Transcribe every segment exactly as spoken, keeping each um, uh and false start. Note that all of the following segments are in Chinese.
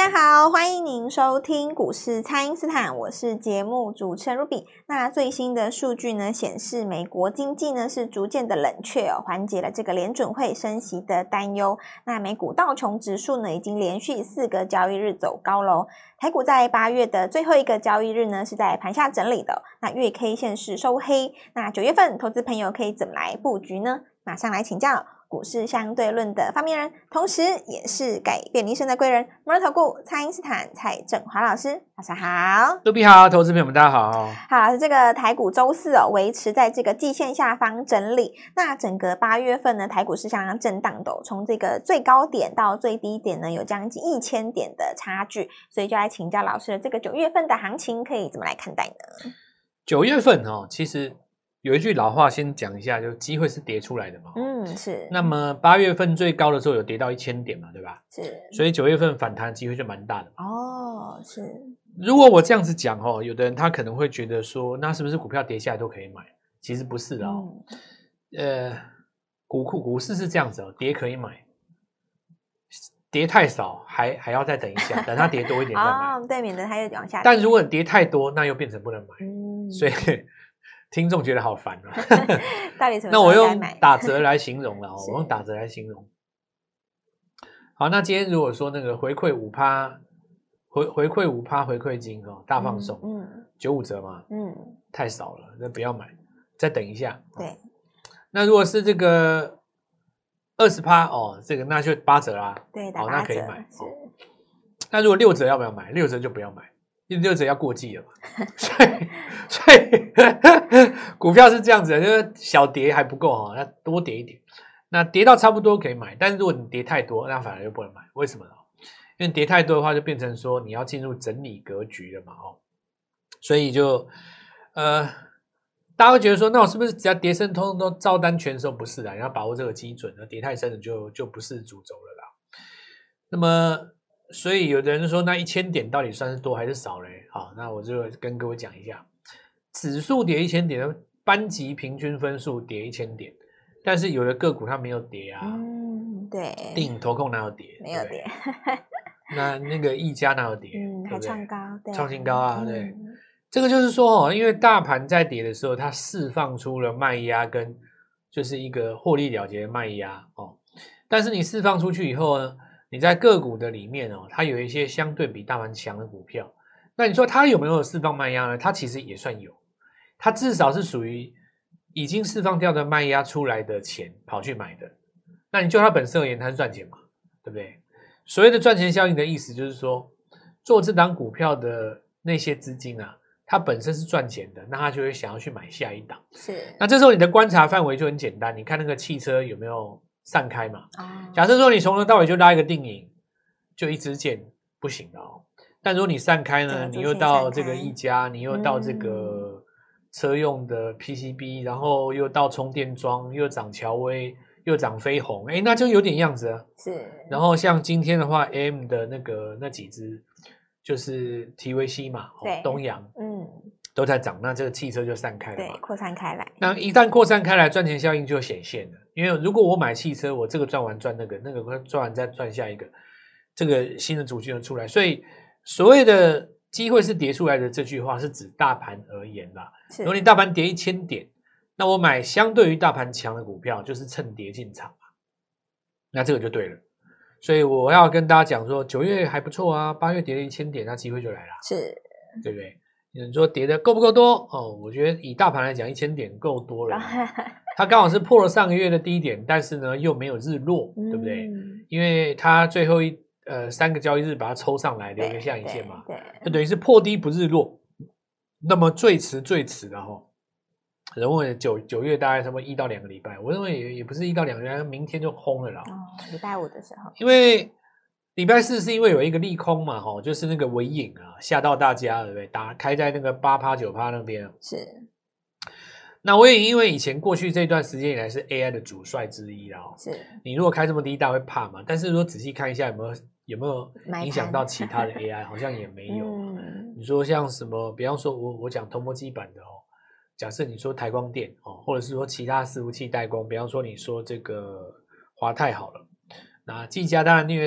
家好，欢迎您收听股市蔡因斯坦，我是节目主持人 Ruby。那最新的数据呢显示，美国经济呢是逐渐的冷却哦，缓解了这个联准会升息的担忧。那美股道琼指数呢已经连续四个交易日走高喽。台股在八月的最后一个交易日呢是在盘下整理的，那月 K 线是收黑。那九月份投资朋友可以怎么来布局呢？马上来请教股市相对论的发明人，同时也是改变你一生的贵人——摩尔投顾蔡因斯坦蔡正华老师，大家好。 卢比好，投资朋友们大家好。 好，这个台股周四哦，维持在这个季线下方整理。那整个八月份呢，台股是相当震荡的、哦，从这个最高点到最低点呢，有将近一千点的差距。所以就来请教老师，这个九月份的行情可以怎么来看待呢？ 九月份哦，其实有一句老话，先讲一下，就机会是跌出来的嘛。 嗯，是。 那么八月份最高的时候有跌到一千点嘛，对吧？ 是。 所以九月份反弹的机会就蛮大的。 哦，是。 如果我这样子讲哦，有的人他可能会觉得说，那是不是股票跌下来都可以买？其实不是的哦。嗯、呃，股股股市是这样子哦，跌可以买，跌太少还还要再等一下，等它跌多一点再买。 哦，对，免得它又往下跌。 但如果跌太多，那又变成不能买。 嗯， 所以听众觉得好烦啊。 到底什么时候该买？ 那我用打折来形容了，我用打折来形容。好，那今天如果说那个回馈五趴，回回馈五趴回馈金哦，大放送，嗯，九五折嘛，嗯，太少了，那不要买，再等一下。 对， 哦、那如果是这个二十趴哦，这个那就八折啦， 对， 哦，那可以买。 是、哦。 那如果六折要不要买？六折就不要买。因为六折要过季了嘛，所以所以股票是这样子的，就是小跌还不够哈，要多跌一点。那跌到差不多可以买，但是如果你跌太多，那反而就不能买。为什么呢？因为跌太多的话，就变成说你要进入整理格局了嘛，哦，所以就呃，大家会觉得说，那我是不是只要跌深，通通都照单全收？不是的，你要把握这个基准，那跌太深的就就不是主轴了啦。那么。所以有的人说，那一千点到底算是多还是少嘞？好，那我就跟各位讲一下，指数跌一千点，班级平均分数跌一千点，但是有的个股它没有跌啊。嗯， 对。 电影投控哪有跌？ 没有跌。 那那个亿嘉哪有跌？ 嗯，还创高，对， 创新高啊，对。嗯、这个就是说哦，因为大盘在跌的时候，它释放出了卖压跟就是一个获利了结的卖压哦，但是你释放出去以后呢？你在个股的里面哦，它有一些相对比大盘强的股票，那你说它有没有释放卖压呢？它其实也算有，它至少是属于已经释放掉的卖压出来的钱跑去买的。那你就它本身而言，它是赚钱嘛，对不对？所谓的赚钱效应的意思就是说，做这档股票的那些资金啊，它本身是赚钱的，那它就会想要去买下一档。是，那这时候你的观察范围就很简单，你看那个汽车有没有散开嘛？假设说你从头到尾就拉一个定影，就一支箭不行的哦。但如果你散开呢，你又到这个一家，你又到这个车用的 P C B，、嗯、然后又到充电桩，又涨乔威，又涨飞鸿，哎，那就有点样子啊。是。然后像今天的话 ，A M 的那个那几只就是 T V C 嘛，哦、东阳，嗯。都在涨，那这个汽车就散开了， 对，扩散开来。 那一旦扩散开来，赚钱效应就显现了。因为如果我买汽车，我这个赚完赚那个，那个赚完再赚下一个，这个新的主机就出来。所以所谓的机会是跌出来的这句话，是指大盘而言啦。如果你大盘跌一千点，那我买相对于大盘强的股票，就是趁跌进场嘛。那这个就对了。所以我要跟大家讲说，九月还不错啊，八月跌了一千点，那机会就来了，是，对不对？你说跌的够不够多哦？我觉得以大盘来讲，一千点够多了。它刚好是破了上个月的低点，但是呢又没有日落，嗯、对不对？因为它最后一呃三个交易日把它抽上来，留个下影线嘛，对，就等于是破低不日落。那么最迟最迟的哈、哦，人为九九月大概差不多一到两个礼拜，我认为也也不是一到两个礼拜，明天就轰了啦。 哦，礼拜五的时候， 因为。礼拜四是因为有一个利空嘛，吼，就是那个尾影啊，吓到大家，对不对？打开在那个八趴九趴那边。是。那尾影因为以前过去这段时间以来是 A I 的主帅之一啦，是。你如果开这么低，大家会怕嘛？但是如果仔细看一下，有没有有没有影响到其他的 A I？ 好像也没有。嗯、你说像什么？比方说我我讲铜箔基板的哦，假设你说台光电哦，或者是说其他伺服器代工，比方说你说这个华泰好了，那技嘉当然因为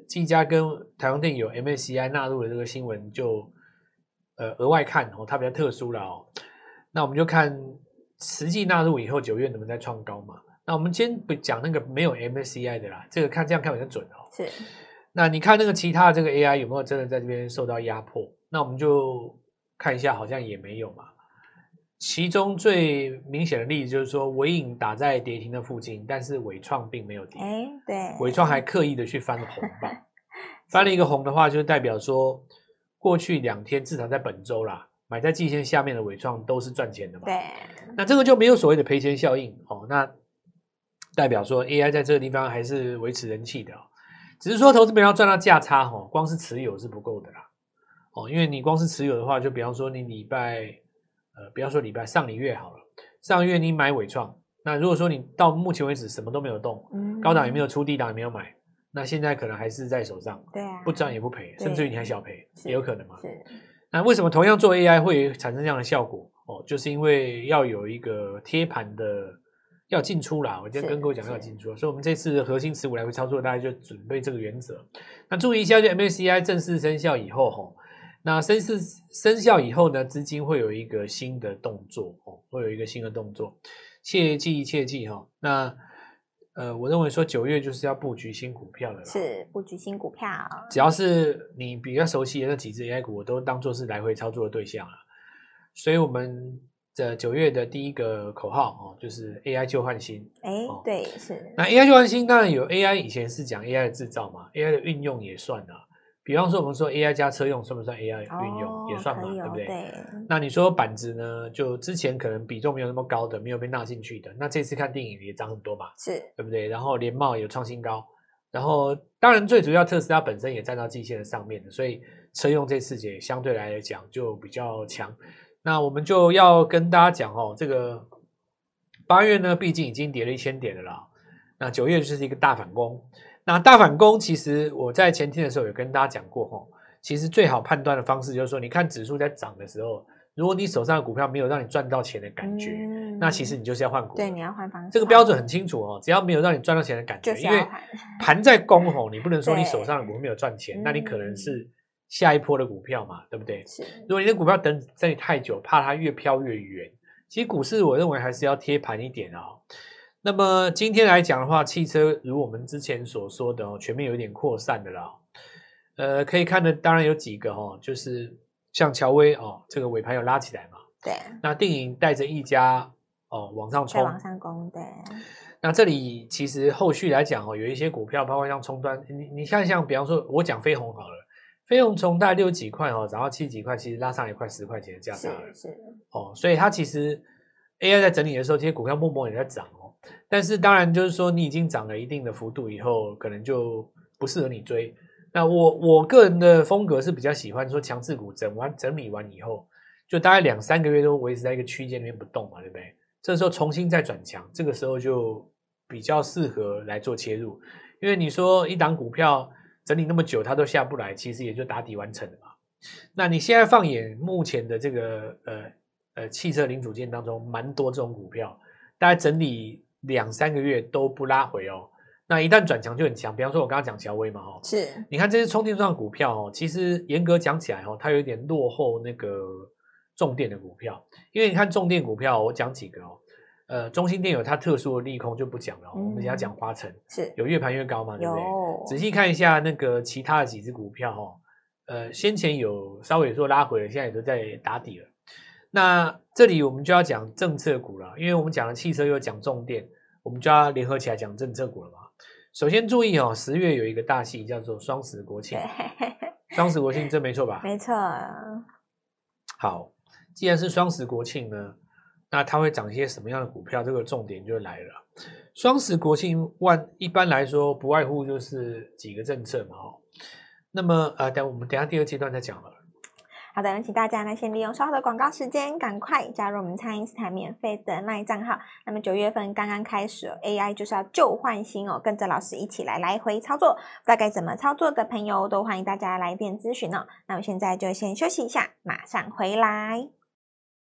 技嘉跟台湾电有 M A C I 纳入的这个新闻就呃额外看哦，它比较特殊了哦。那我们就看实际纳入以后九月能不能再创高嘛？那我们先不讲那个没有 M A C I 的啦，这个看这样看比较准哦。 是。 那你看那个其他的这个 A I 有没有真的在这边受到压迫？那我们就看一下，好像也没有嘛。其中最明显的例子就是说，微影打在跌停的附近，但是伟创并没有跌。 哎，对， 伟创还刻意的去翻红吧，翻了一个红的话，就代表说过去两天至少在本周啦，买在季线下面的伟创都是赚钱的嘛。 对， 那这个就没有所谓的赔钱效应哦。那代表说 A I 在这个地方还是维持人气的哦。只是说投资人要赚到价差哦，光是持有是不够的啦。哦，因为你光是持有的话，就比方说你礼拜，呃，不要说礼拜，上个月好了，上个月你买伟创，那如果说你到目前为止什么都没有动，嗯、高档也没有出，低档也没有买，那现在可能还是在手上， 对啊， 不赚也不赔，甚至于你还小赔，也有可能嘛。 是。 那为什么同样做 A I 会产生这样的效果？哦，就是因为要有一个贴盘的。要进出啦，我今天跟各位讲要进出，所以我们这次核心持股来回操作，大家就准备这个原则。那注意一下，就 M A C I 正式生效以后，吼，那正式生效以后呢，资金会有一个新的动作，哦，会有一个新的动作，切记切记哈。那呃，我认为说九月就是要布局新股票的啦， 是布局新股票， 只要是你比较熟悉的那几只 A I 股，我都当做是来回操作的对象了。所以我们。这九月的第一个口号哦，就是 A I 旧换新。 哎，对，是。 那 A I 旧换新当然有 A I， 以前是讲 A I 的制造嘛 ，A I 的运用也算啊。比方说我们说 A I 加车用算不算 A I 运用？哦、也算嘛，对不对？ 对。 那你说板子呢？就之前可能比重没有那么高的，没有被纳进去的，那这次看电影也涨很多嘛， 是， 对不对？然后联茂有创新高，然后当然最主要特斯拉本身也站到季线的上面的，所以车用这次也相对来讲就比较强。那我们就要跟大家讲哦，这个八月呢，毕竟已经跌了一千点了啦。那九月就是一个大反攻。那大反攻，其实我在前天的时候有跟大家讲过哦，其实最好判断的方式就是说，你看指数在涨的时候，如果你手上的股票没有让你赚到钱的感觉，嗯、那其实你就是要换股。 对，你要换方式。 这个标准很清楚哦，只要没有让你赚到钱的感觉，因为盘在攻哦，你不能说你手上的股票没有赚钱，那你可能是。下一波的股票嘛，对不对？ 是。如果你的股票等在你太久，怕它越飘越远。其实股市我认为还是要贴盘一点哦。那么今天来讲的话，汽车如我们之前所说的哦，全面有一点扩散的啦。呃，可以看的当然有几个哦，就是像乔威哦，这个尾盘有拉起来嘛。 对。 那电影带着一家哦往上冲， 往上攻，对。 那这里其实后续来讲哦，有一些股票，包括像冲端，你你看像比方说，我讲飞鸿好了。飞鸿从大概六几块哦，涨到七几块，其实拉上也快十块钱的价差了。 是是哦，所以它其实 A I 在整理的时候，这些股票默默也在涨哦。但是当然就是说，你已经涨了一定的幅度以后，可能就不适合你追。那我我个人的风格是比较喜欢说强势股整完整理完以后，就大概两三个月都维持在一个区间里面不动嘛，对不对？这时候重新再转强，这个时候就比较适合来做切入，因为你说一档股票。整理那么久，它都下不来，其实也就打底完成了嘛。那你现在放眼目前的这个呃呃汽车零组件当中，蛮多这种股票，大概整理两三个月都不拉回哦。那一旦转强就很强，比方说我刚刚讲乔威嘛，哦， 是， 你看这些充电桩的股票哦，其实严格讲起来哦，它有一点落后那个重电的股票，因为你看重电股票，我讲几个哦。呃，中兴电有它特殊的利空就不讲了、哦嗯，我们等一下讲华城是有越盘越高嘛，对不对？ 有。 仔细看一下那个其他的几只股票哦，呃，先前有稍微做拉回了，现在也都在打底了。那这里我们就要讲政策股了，因为我们讲了汽车又讲重电，我们就要联合起来讲政策股了嘛。首先注意哦，十月有一个大戏叫做双十国庆，双十国庆这没错吧？ 没错。 好，既然是双十国庆呢。那它会涨一些什么样的股票？这个重点就来了。双十国庆万一般来说不外乎就是几个政策嘛，哦。那么呃，等我们等一下第二阶段再讲了。 好的，那请大家呢先利用稍后的广告时间，赶快加入我们蔡因斯坦免费的 LINE 账号。那么九月份刚刚开始 ，A I 就是要旧换新哦，跟着老师一起来来回操作。大概怎么操作的朋友，都欢迎大家来电咨询哦。那我现在就先休息一下，马上回来。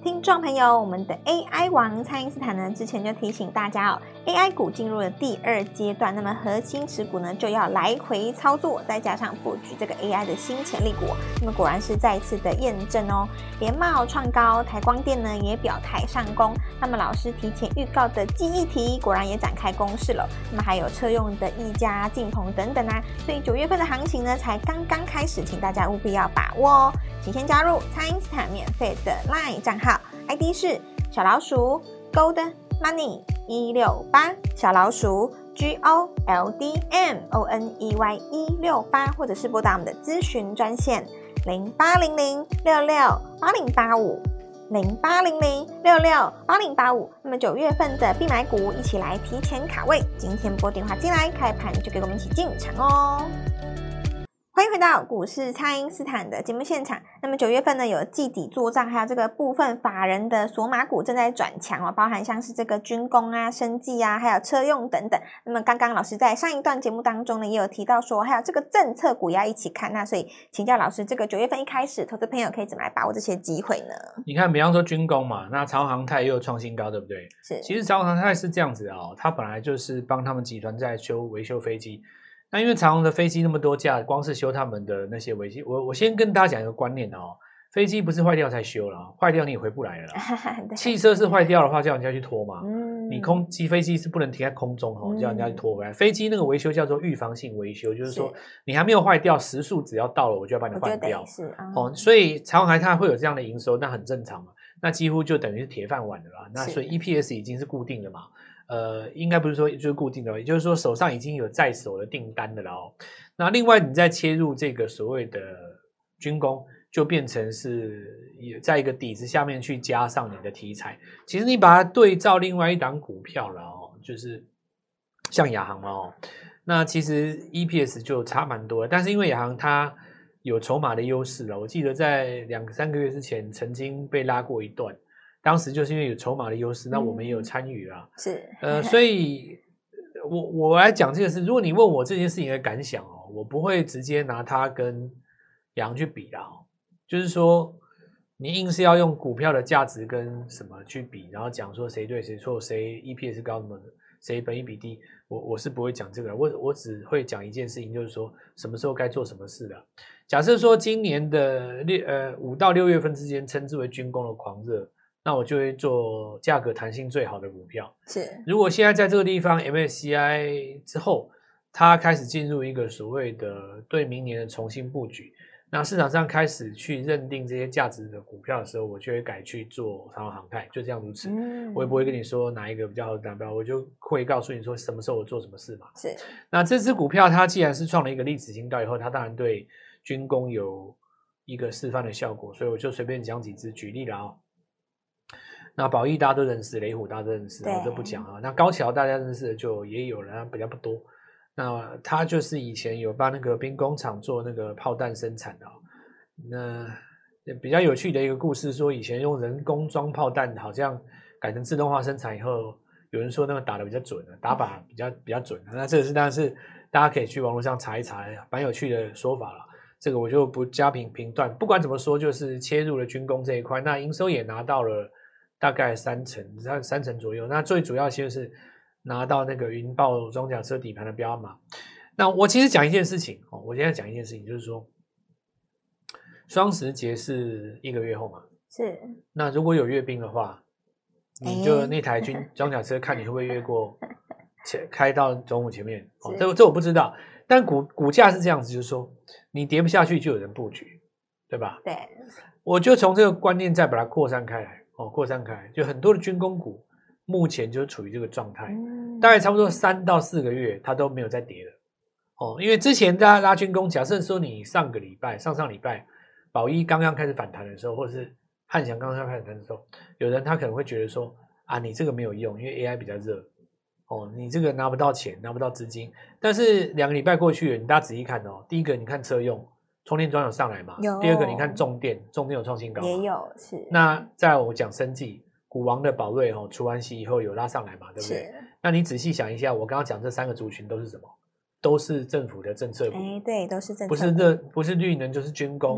听众朋友，我们的 A I 王蔡因斯坦呢，之前就提醒大家哦 ，A I 股进入了第二阶段，那么核心持股呢就要来回操作，再加上布局这个 A I 的新潜力股，那么果然是再次的验证哦。联茂创高，台光电呢也表态上攻，那么老师提前预告的记忆体果然也展开攻势了，那么还有车用的溢价、晋鹏等等啊，所以九月份的行情呢才刚刚开始，请大家务必要把握哦。请先加入蔡因斯坦免费的 LINE 账号 ，I D 是小老鼠 Gold Money 一六八，小老鼠 G O L D M O N E Y 一六八，或者是拨打我们的咨询专线零八零零六六八零八五零八零零六六八零八五。那么九月份的必买股，一起来提前卡位，今天拨电话进来，开盘就给我们一起进场哦。欢迎回到股市蔡因斯坦的节目现场。那么九月份呢，有季底作账，还有这个部分法人的索马股正在转强哦，包含像是这个军工啊、生技啊，还有车用等等。那么刚刚老师在上一段节目当中呢，也有提到说，还有这个政策股要一起看。那所以请教老师，这个九月份一开始，投资朋友可以怎么来把握这些机会呢？ 你看，比方说军工嘛，那长航泰也有创新高，对不对？ 是。其实长航泰是这样子哦，它本来就是帮他们集团在修维修飞机。那因为长荣的飞机那么多架，光是修他们的那些维修，我我先跟大家讲一个观念哦，飞机不是坏掉才修了，坏掉你也回不来了啦。汽车是坏掉的话，叫人家去拖嘛。嗯、你空机飞机是不能停在空中哦，叫人家去拖回来。嗯、飞机那个维修叫做预防性维修，就是说你还没有坏掉，时速只要到了，我就要把你换掉。是、嗯、哦，所以长荣海它会有这样的营收，那很正常嘛。那几乎就等于是铁饭碗的啦。那所以 E P S 已经是固定的嘛。呃，应该不是说就是固定的，也就是说手上已经有在手的订单的了哦。那另外你再切入这个所谓的军工，就变成是也在一个底子下面去加上你的题材。其实你把它对照另外一档股票了哦，就是像亚航嘛哦，那其实 E P S 就差蛮多的，但是因为亚航它有筹码的优势了，我记得在两三个月之前曾经被拉过一段。当时就是因为有筹码的优势，那我们也有参与啦。是，呃，所以我我来讲这个事，如果你问我这件事情的感想哦，我不会直接拿它跟洋去比啦。就是说，你硬是要用股票的价值跟什么去比，然后讲说谁对谁错，谁 E P S 高什么的，谁本益比低，我我是不会讲这个的。我我只会讲一件事情，就是说什么时候该做什么事的。假设说今年的六呃五到六月份之间，称之为军工的狂热。那我就会做价格弹性最好的股票。是，如果现在在这个地方 M S C I 之后，它开始进入一个所谓的对明年的重新布局，那市场上开始去认定这些价值的股票的时候，我就会改去做长荣航太，就这样如此。嗯、我也不会跟你说哪一个比较好的股票，我就会告诉你说什么时候我做什么事嘛。是，那这支股票它既然是创了一个历史新高以后，它当然对军工有一个示范的效果，所以我就随便讲几支举例了啊、哦。那宝益大家都认识，雷虎大家都认识，我就不讲啊。那高桥大家认识的就也有人，比较不多。那他就是以前有帮那个兵工厂做那个炮弹生产的、哦。那比较有趣的一个故事说，以前用人工装炮弹，好像改成自动化生产以后，有人说那个打得比较准，打靶比较比较准。那这个是当然是大家可以去网络上查一查，蛮有趣的说法了。这个我就不加评评断。不管怎么说，就是切入了军工这一块，那营收也拿到了。大概三成，三成左右。那最主要就是拿到那个云豹装甲车底盘的标码。那我其实讲一件事情哦，我现在讲一件事情，就是说，双十节是一个月后嘛。是。那如果有阅兵的话，你就那台军装甲车，看你会不会越过前开到中午前面。哦，这这我不知道。但股股价是这样子，就是说，你跌不下去，就有人布局，对吧？对。我就从这个观念再把它扩散开来。哦，扩散开，就很多的军工股目前就处于这个状态，嗯、大概差不多三到四个月，它都没有再跌了。哦，因为之前大家拉军工，假设说你上个礼拜、上上礼拜，宝一刚刚开始反弹的时候，或者是汉翔刚刚开始反弹的时候，有人他可能会觉得说啊，你这个没有用，因为 A I 比较热，哦，你这个拿不到钱，拿不到资金。但是两个礼拜过去了，你大家仔细看哦，第一个你看车用。充电桩有上来嘛？有。第二个，你看重电，重电有创新高嘛？也有，是。那再我讲生技，股王的宝瑞哦，除完息以后有拉上来嘛，对不对？是。那你仔细想一下，我刚刚讲这三个族群都是什么？都是政府的政策股。哎，对，都是政策股。不是热，不是绿能，就是军工。嗯。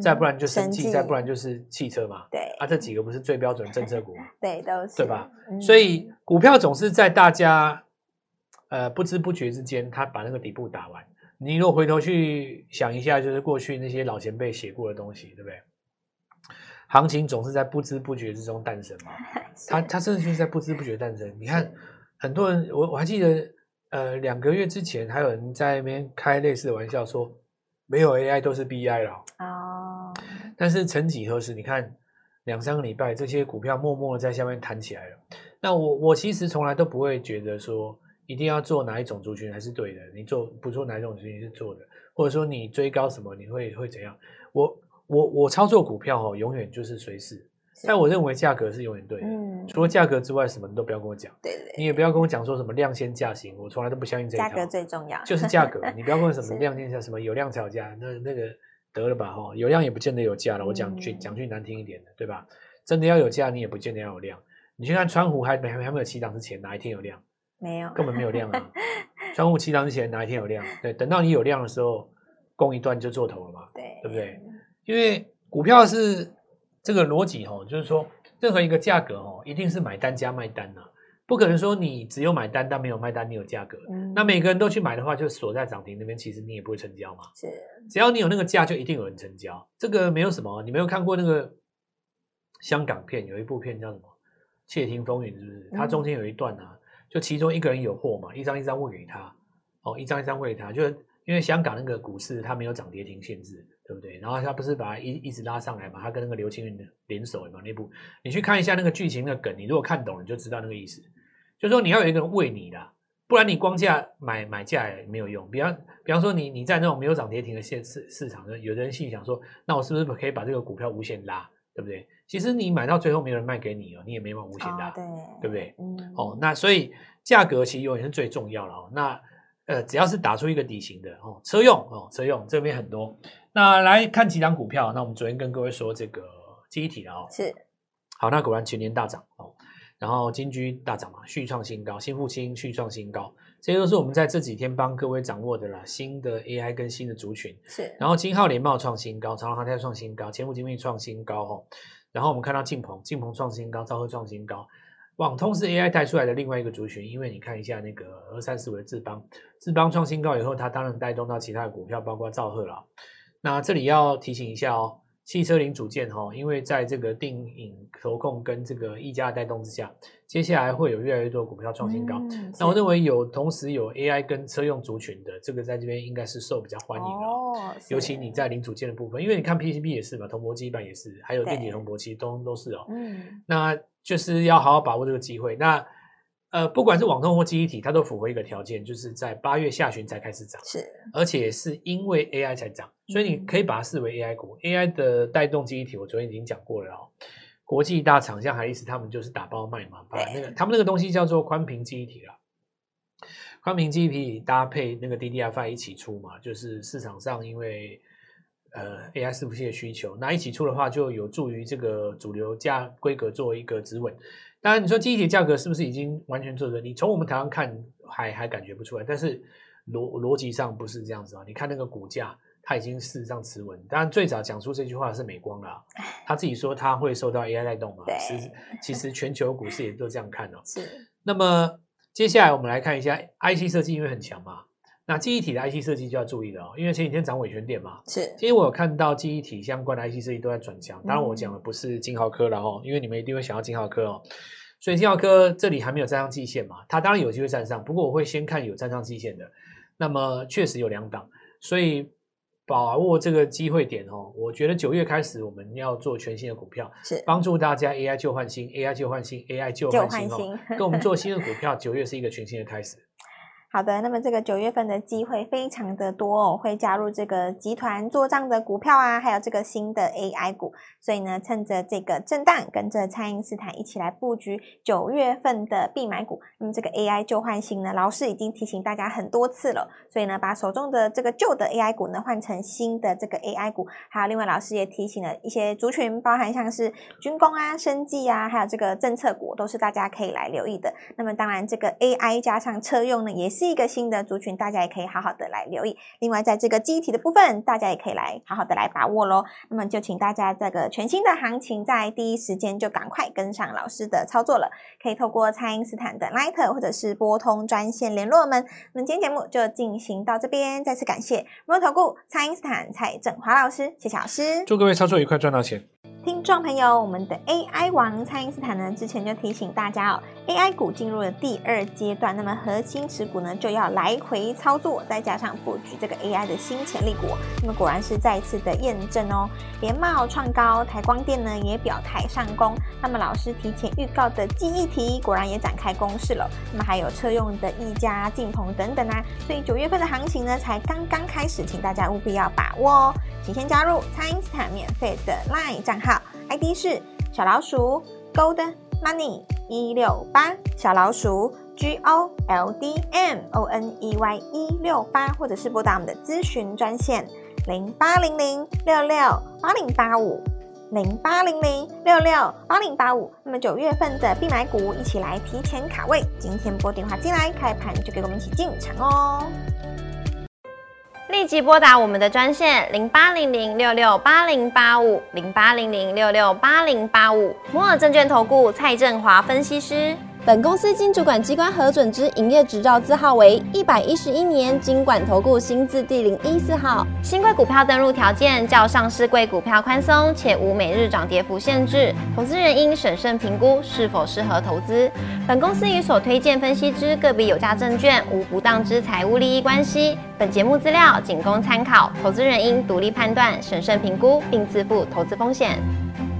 再不然就生技， 生技再不然就是汽车嘛。 对啊，这几个不是最标准政策股吗？ 对，都是对吧？ 嗯所以股票总是在大家呃不知不觉之间，它把那个底部打完。你如果回头去想一下，就是过去那些老前辈写过的东西，对不对？行情总是在不知不觉之中诞生嘛。它它真的就是在不知不觉诞生。你看很多人，我我还记得，呃，两个月之前还有人在那边开类似的玩笑说，没有 A I 都是 B I 了。 哦， 但是曾几何时，你看两三个礼拜，这些股票默默的在下面弹起来了。那我我其实从来都不会觉得说一定要做哪一种族群才是对的，你做不做哪一种族群是做的，或者说你追高什么你会会怎样？我我我操作股票哦，永远就是随势，但我认为价格是永远对的。嗯，除了价格之外，什么你都不要跟我讲。 对对， 你也不要跟我讲说什么量先价行，我从来都不相信这一套。 价格最重要， 就是价格。你不要问什么量先价，什么有量才有价，那那个得了吧哈，有量也不见得有价了。我讲句讲句难听一点的，对吧？真的要有价，你也不见得要有量。你去看川湖还没还没有起档之前，哪一天有量？ 没有， 根本没有量啊。川湖起档之前哪一天有量？对，等到你有量的时候，攻一段就做头了嘛， 对， 对不对？因为股票是这个逻辑哈，就是说任何一个价格哦，一定是买单加卖单呐、啊，不可能说你只有买单但没有卖单，你有价格。嗯，那每个人都去买的话，就锁在涨停那边，其实你也不会成交嘛。 是， 只要你有那个价，就一定有人成交。这个没有什么，你没有看过那个香港片，有一部片叫什么《窃听风云》，是不是？它中间有一段啊，就其中一个人有货嘛，一张一张喂给他，哦，一张一张喂给他，就是因为香港那个股市它没有涨跌停限制，对不对？然后他不是把它一一直拉上来嘛，他跟那个刘青云的联手嘛，那部你去看一下那个剧情的梗，你如果看懂，你就知道那个意思。就是说你要有一个人喂你啦，不然你光价买买价也没有用。比方比方说你你在那种没有涨跌停的市市场，有的人心里想说，那我是不是可以把这个股票无限拉，对不对？其实你买到最后没有人卖给你哦，你也没办法无限拉，哦、对, 对不对？嗯，哦，那所以价格其实永远是最重要的哦。那呃，只要是打出一个底型的哦，车用哦，车用这边很多。那来看几档股票，那我们昨天跟各位说这个记忆体了哦， 是好，那果然全年大涨哦。然后金居大涨嘛，续创新高，新复兴续创新高，这些都是我们在这几天帮各位掌握的啦，新的 A I 跟新的族群。是，然后金浩联茂创新高，长荣航太创新高，前富精密创新高哦。然后我们看到晋鹏，晋鹏创新高，兆赫创新高。网通是 A I 带出来的另外一个族群，因为你看一下那个二三四五的智邦，智邦创新高以后，它当然带动到其他的股票，包括兆赫啦。那这里要提醒一下哦。汽车零组件哈，因为在这个定影投控跟这个溢价带动之下，接下来会有越来越多股票创新高。嗯、那我认为有同时有 A I 跟车用族群的，这个在这边应该是受比较欢迎的、哦。尤其你在零组件的部分，因为你看 P C B 也是嘛，铜箔基板也是，还有电解铜箔其实都都是哦。嗯，那就是要好好把握这个机会。那呃，不管是网通或记忆体，它都符合一个条件，就是在八月下旬才开始涨，是，而且是因为 A I 才涨，所以你可以把它视为 A I 股。A I 的带动记忆体，我昨天已经讲过了哦。国际大厂像海力士，他们就是打包卖嘛，把那个他们那个东西叫做宽屏记忆体啦。宽屏记忆体搭配那个 D D R 五 一起出嘛，就是市场上因为呃 A I 伺服器的需求，那一起出的话，就有助于这个主流价规格做一个止稳。当然，你说记忆体价格是不是已经完全做的？你从我们台湾看还还感觉不出来，但是逻逻辑上不是这样子啊。你看那个股价，它已经事实上持稳。当然，最早讲出这句话的是美光啦，他自己说他会受到 A I 带动嘛。其实其实全球股市也都这样看哦。是。那么接下来我们来看一下 I C 设计，因为很强嘛。那记忆体的 I C 设计就要注意了哦，因为前几天涨伟权电嘛，是。今天我有看到记忆体相关的 I C 设计都在转强，当然我讲的不是金豪科了哦，因为你们一定会想要金豪科哦，所以金豪科这里还没有站上季线嘛，它当然有机会站上，不过我会先看有站上季线的，那么确实有两档，所以把握这个机会点哦，我觉得九月开始我们要做全新的股票，是帮助大家 A I 旧换新 ，A I 旧换新 ，A I 旧换新哦，跟我们做新的股票，九月是一个全新的开始。 好的，那么这个九月份的机会非常的多哦，会加入这个集团做账的股票啊，还有这个新的 A I 股，所以呢，趁着这个震荡，跟着蔡因斯坦一起来布局九月份的必买股。那么这个 A I 旧换新呢，老师已经提醒大家很多次了，所以呢，把手中的这个旧的 A I 股呢换成新的这个 A I 股，还有另外老师也提醒了一些族群，包含像是军工啊、生技啊，还有这个政策股，都是大家可以来留意的。那么当然，这个 A I 加上车用呢，也是是一个新的族群，大家也可以好好的来留意。另外在这个记忆体的部分，大家也可以来好好的来把握咯。那么就请大家这个全新的行情在第一时间就赶快跟上老师的操作了，可以透过蔡因斯坦的 Line 或者是拨通专线联络我们。那么今天节目就进行到这边，再次感谢摩投顾蔡因斯坦蔡正华老师，谢谢老师， 祝各位操作愉快，赚到钱。 听众朋友，我们的 A I 王蔡因斯坦呢，之前就提醒大家哦 ，A I 股进入了第二阶段，那么核心持股呢就要来回操作，再加上布局这个 A I 的新潜力股，那么果然是再次的验证哦。联茂创高，台光电呢也表态上攻，那么老师提前预告的记忆体果然也展开攻势了，那么还有车用的溢价、晋鹏等等啊，所以九月份的行情呢才刚刚开始，请大家务必要把握哦。请先加入蔡因斯坦免费的 LINE 账号 ，I D 是小老鼠 Gold Money 一六八，小老鼠 G O L D M O N E Y 一六八，或者是拨打我们的咨询专线零八零零六六八零八五零八零零六六八零八五。那么九月份的必买股，一起来提前卡位，今天拨电话进来，开盘就给我们一起进场哦。 立即拨打我们的专线零八零零六六八零八五零八零零六六八零八五，摩尔证券投顾蔡正华分析师。 本公司经主管机关核准之营业执照字号为一百一十一年金管投顾新字第零一四号。 新贵股票登录条件较上市贵股票宽松，且无每日涨跌幅限制，投资人应审慎评估是否适合投资。本公司与所推荐分析之个别有价证券无不当之财务利益关系。本节目资料仅供参考，投资人应独立判断、审慎评估，并自负投资风险。